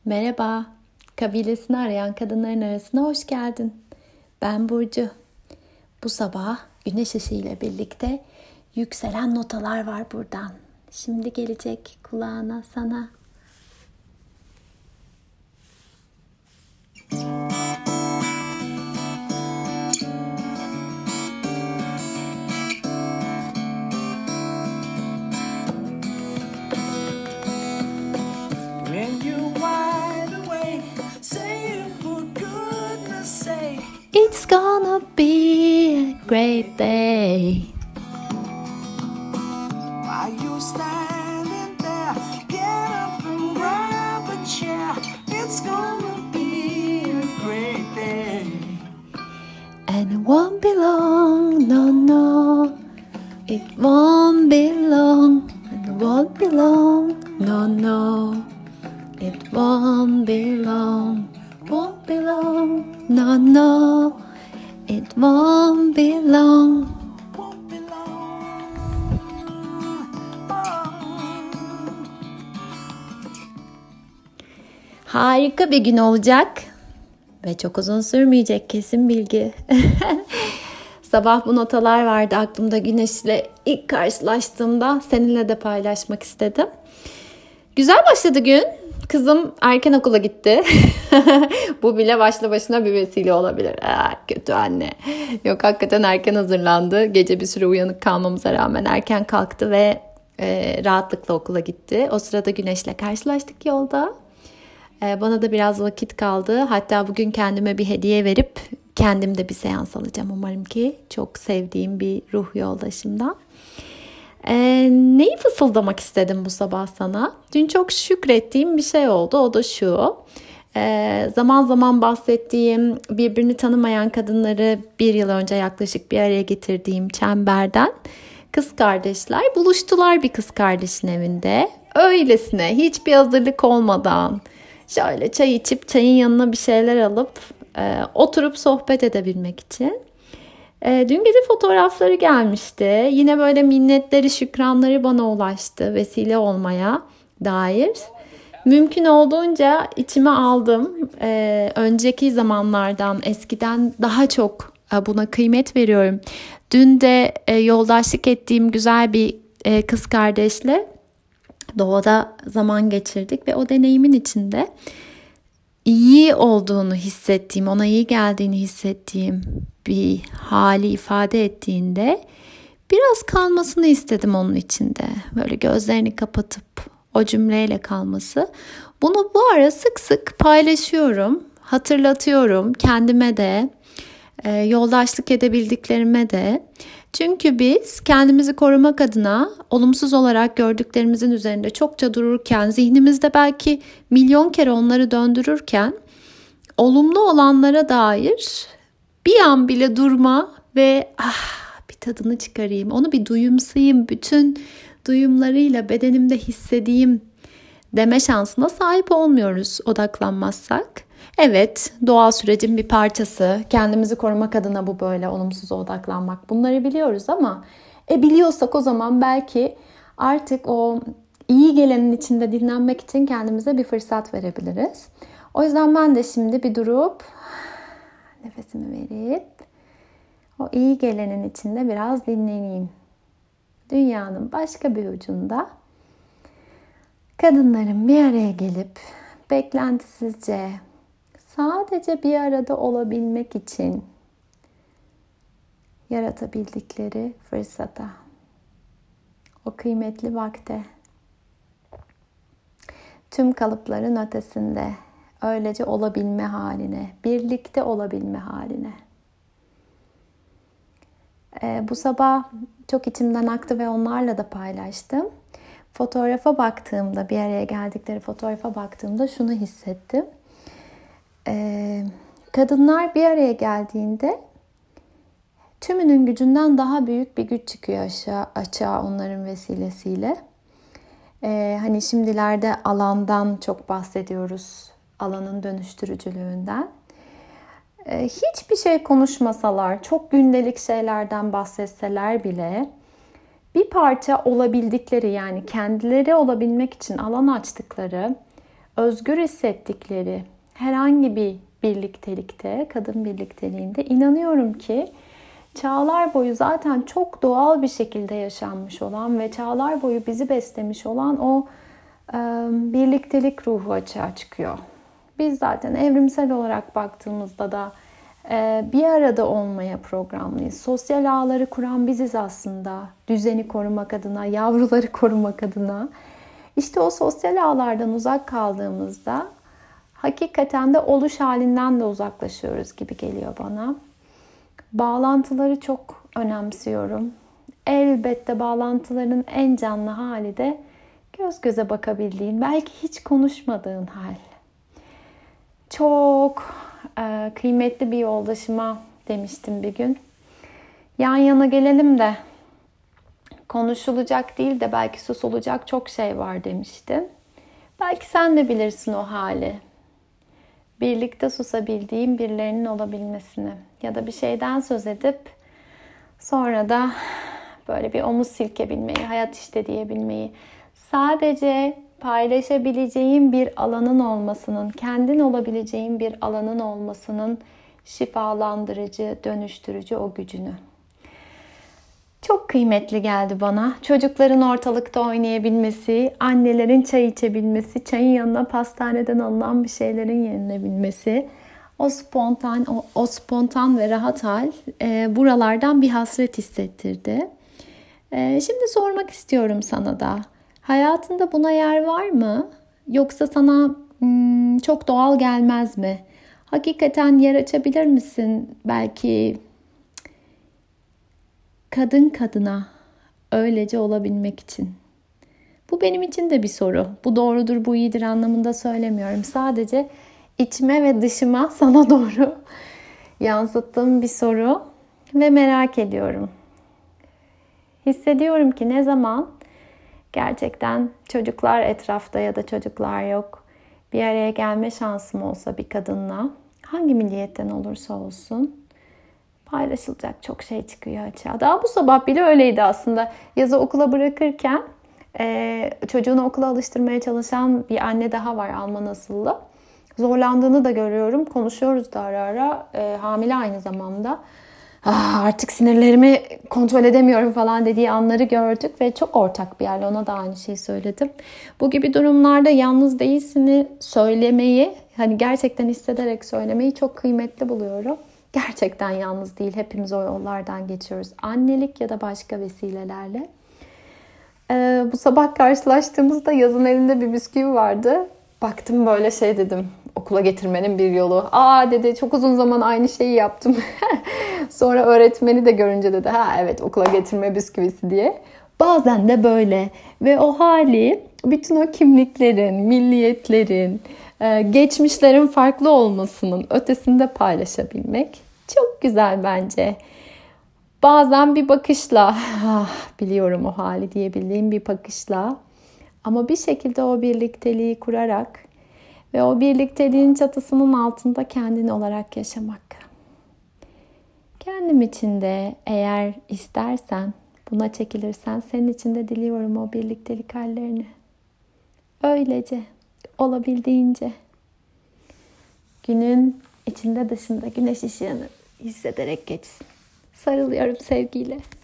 Merhaba, kabilesini arayan kadınların arasına hoş geldin. Ben Burcu. Bu sabah güneş ışığı ile birlikte yükselen notalar var buradan. Şimdi gelecek kulağına sana. It's gonna be a great day. While you standing there, get up and grab a chair. It's gonna be a great day. And it won't be long, no, no. It won't be long. And it won't be long, no, no. It won't be long. Won't be long, no, no, it won't be long. Won't be long. Harika bir gün olacak ve çok uzun sürmeyecek, kesin bilgi. Sabah bu notalar vardı aklımda, güneşle ilk karşılaştığımda seninle de paylaşmak istedim. Güzel başladı gün. Kızım erken okula gitti. Bu bile başlı başına bir vesile olabilir. Kötü anne. Yok, hakikaten erken hazırlandı. Gece bir süre uyanık kalmamıza rağmen erken kalktı ve rahatlıkla okula gitti. O sırada Güneş'le karşılaştık yolda. Bana da biraz vakit kaldı. Hatta bugün kendime bir hediye verip kendim de bir seans alacağım umarım ki. Çok sevdiğim bir ruh yoldaşımdan. Neyi fısıldamak istedim bu sabah sana? Dün çok şükrettiğim bir şey oldu. O da şu. Zaman zaman bahsettiğim, birbirini tanımayan kadınları bir yıl önce yaklaşık bir araya getirdiğim çemberden kız kardeşler buluştular bir kız kardeşin evinde. Öylesine, hiçbir hazırlık olmadan, şöyle çay içip çayın yanına bir şeyler alıp oturup sohbet edebilmek için. Dün gece fotoğrafları gelmişti. Yine böyle minnetleri, şükranları bana ulaştı vesile olmaya dair. Mümkün olduğunca içime aldım. Önceki zamanlardan, eskiden daha çok buna kıymet veriyorum. Dün de yoldaşlık ettiğim güzel bir kız kardeşle doğada zaman geçirdik ve o deneyimin içinde iyi olduğunu hissettiğim, ona iyi geldiğini hissettiğim bir hali ifade ettiğinde biraz kalmasını istedim onun içinde. Böyle gözlerini kapatıp o cümleyle kalması. Bunu bu ara sık sık paylaşıyorum, hatırlatıyorum kendime de, yoldaşlık edebildiklerime de. Çünkü biz kendimizi korumak adına olumsuz olarak gördüklerimizin üzerinde çokça dururken, zihnimizde belki milyon kere onları döndürürken, olumlu olanlara dair bir an bile durma ve bir tadını çıkarayım, onu bir duyumsayayım, bütün duyumlarıyla bedenimde hissedeyim deme şansına sahip olmuyoruz odaklanmazsak. Evet, doğal sürecin bir parçası. Kendimizi korumak adına bu böyle olumsuza odaklanmak. Bunları biliyoruz ama biliyorsak o zaman belki artık o iyi gelenin içinde dinlenmek için kendimize bir fırsat verebiliriz. O yüzden ben de şimdi bir durup nefesimi verip o iyi gelenin içinde biraz dinleneyim. Dünyanın başka bir ucunda kadınların bir araya gelip beklentisizce sadece bir arada olabilmek için yaratabildikleri fırsata, o kıymetli vakte, tüm kalıpların ötesinde öylece olabilme haline, birlikte olabilme haline. Bu sabah çok içimden aktı ve onlarla da paylaştım. Fotoğrafa baktığımda, bir araya geldikleri fotoğrafa baktığımda şunu hissettim. Kadınlar bir araya geldiğinde tümünün gücünden daha büyük bir güç çıkıyor açığa onların vesilesiyle. Hani şimdilerde alandan çok bahsediyoruz, alanın dönüştürücülüğünden. Hiçbir şey konuşmasalar, çok gündelik şeylerden bahsetseler bile bir parça olabildikleri, yani kendileri olabilmek için alan açtıkları özgür hissettikleri herhangi bir birliktelikte, kadın birlikteliğinde inanıyorum ki çağlar boyu zaten çok doğal bir şekilde yaşanmış olan ve çağlar boyu bizi beslemiş olan o birliktelik ruhu açığa çıkıyor. Biz zaten evrimsel olarak baktığımızda da bir arada olmaya programlıyız. Sosyal ağları kuran biziz aslında. Düzeni korumak adına, yavruları korumak adına. İşte o sosyal ağlardan uzak kaldığımızda hakikaten de oluş halinden de uzaklaşıyoruz gibi geliyor bana. Bağlantıları çok önemsiyorum. Elbette bağlantıların en canlı hali de göz göze bakabildiğin, belki hiç konuşmadığın hal. Çok kıymetli bir yoldaşıma demiştim bir gün. Yan yana gelelim de konuşulacak değil de belki susulacak çok şey var demiştim. Belki sen de bilirsin o hali. Birlikte susabildiğim birilerinin olabilmesini ya da bir şeyden söz edip sonra da böyle bir omuz silkebilmeyi, hayat işte diyebilmeyi, sadece paylaşabileceğin bir alanın olmasının, kendin olabileceğin bir alanın olmasının şifalandırıcı, dönüştürücü o gücünü. Çok kıymetli geldi bana. Çocukların ortalıkta oynayabilmesi, annelerin çay içebilmesi, çayın yanına pastaneden alınan bir şeylerin yenilebilmesi, o spontan ve rahat hal buralardan bir hasret hissettirdi. Şimdi sormak istiyorum sana da. Hayatında buna yer var mı? Yoksa sana çok doğal gelmez mi? Hakikaten yer açabilir misin? Belki kadın kadına öylece olabilmek için. Bu benim için de bir soru. Bu doğrudur, bu iyidir anlamında söylemiyorum. Sadece içime ve dışıma sana doğru yansıttığım bir soru ve merak ediyorum. Hissediyorum ki ne zaman gerçekten çocuklar etrafta ya da çocuklar yok, bir araya gelme şansım olsa bir kadınla, hangi milliyetten olursa olsun, paylaşılacak çok şey çıkıyor açığa. Daha bu sabah bile öyleydi aslında. Yazı okula bırakırken çocuğunu okula alıştırmaya çalışan bir anne daha var, Alman asıllı. Zorlandığını da görüyorum. Konuşuyoruz da ara ara. Hamile aynı zamanda. Artık sinirlerimi kontrol edemiyorum falan dediği anları gördük ve çok ortak bir yerle ona da aynı şeyi söyledim. Bu gibi durumlarda yalnız değilsini söylemeyi, hani gerçekten hissederek söylemeyi çok kıymetli buluyorum. Gerçekten yalnız değil. Hepimiz o yollardan geçiyoruz. Annelik ya da başka vesilelerle. Bu sabah karşılaştığımızda Yaz'ın elinde bir bisküvi vardı. Baktım böyle şey dedim. Okula getirmenin bir yolu. Dedi çok uzun zaman aynı şeyi yaptım. Sonra öğretmeni de görünce dedi evet okula getirme bisküvisi diye. Bazen de böyle. Ve o hali bütün o kimliklerin, milliyetlerin, geçmişlerin farklı olmasının ötesinde paylaşabilmek çok güzel bence. Bazen bir bakışla, biliyorum o hali diyebildiğim bir bakışla, ama bir şekilde o birlikteliği kurarak ve o birlikteliğin çatısının altında kendin olarak yaşamak. Kendim için de eğer istersen, buna çekilirsen senin için de diliyorum o birliktelik hallerini. Öylece, olabildiğince. Günün içinde dışında güneş ışığını hissederek geçsin. Sarılıyorum sevgiyle.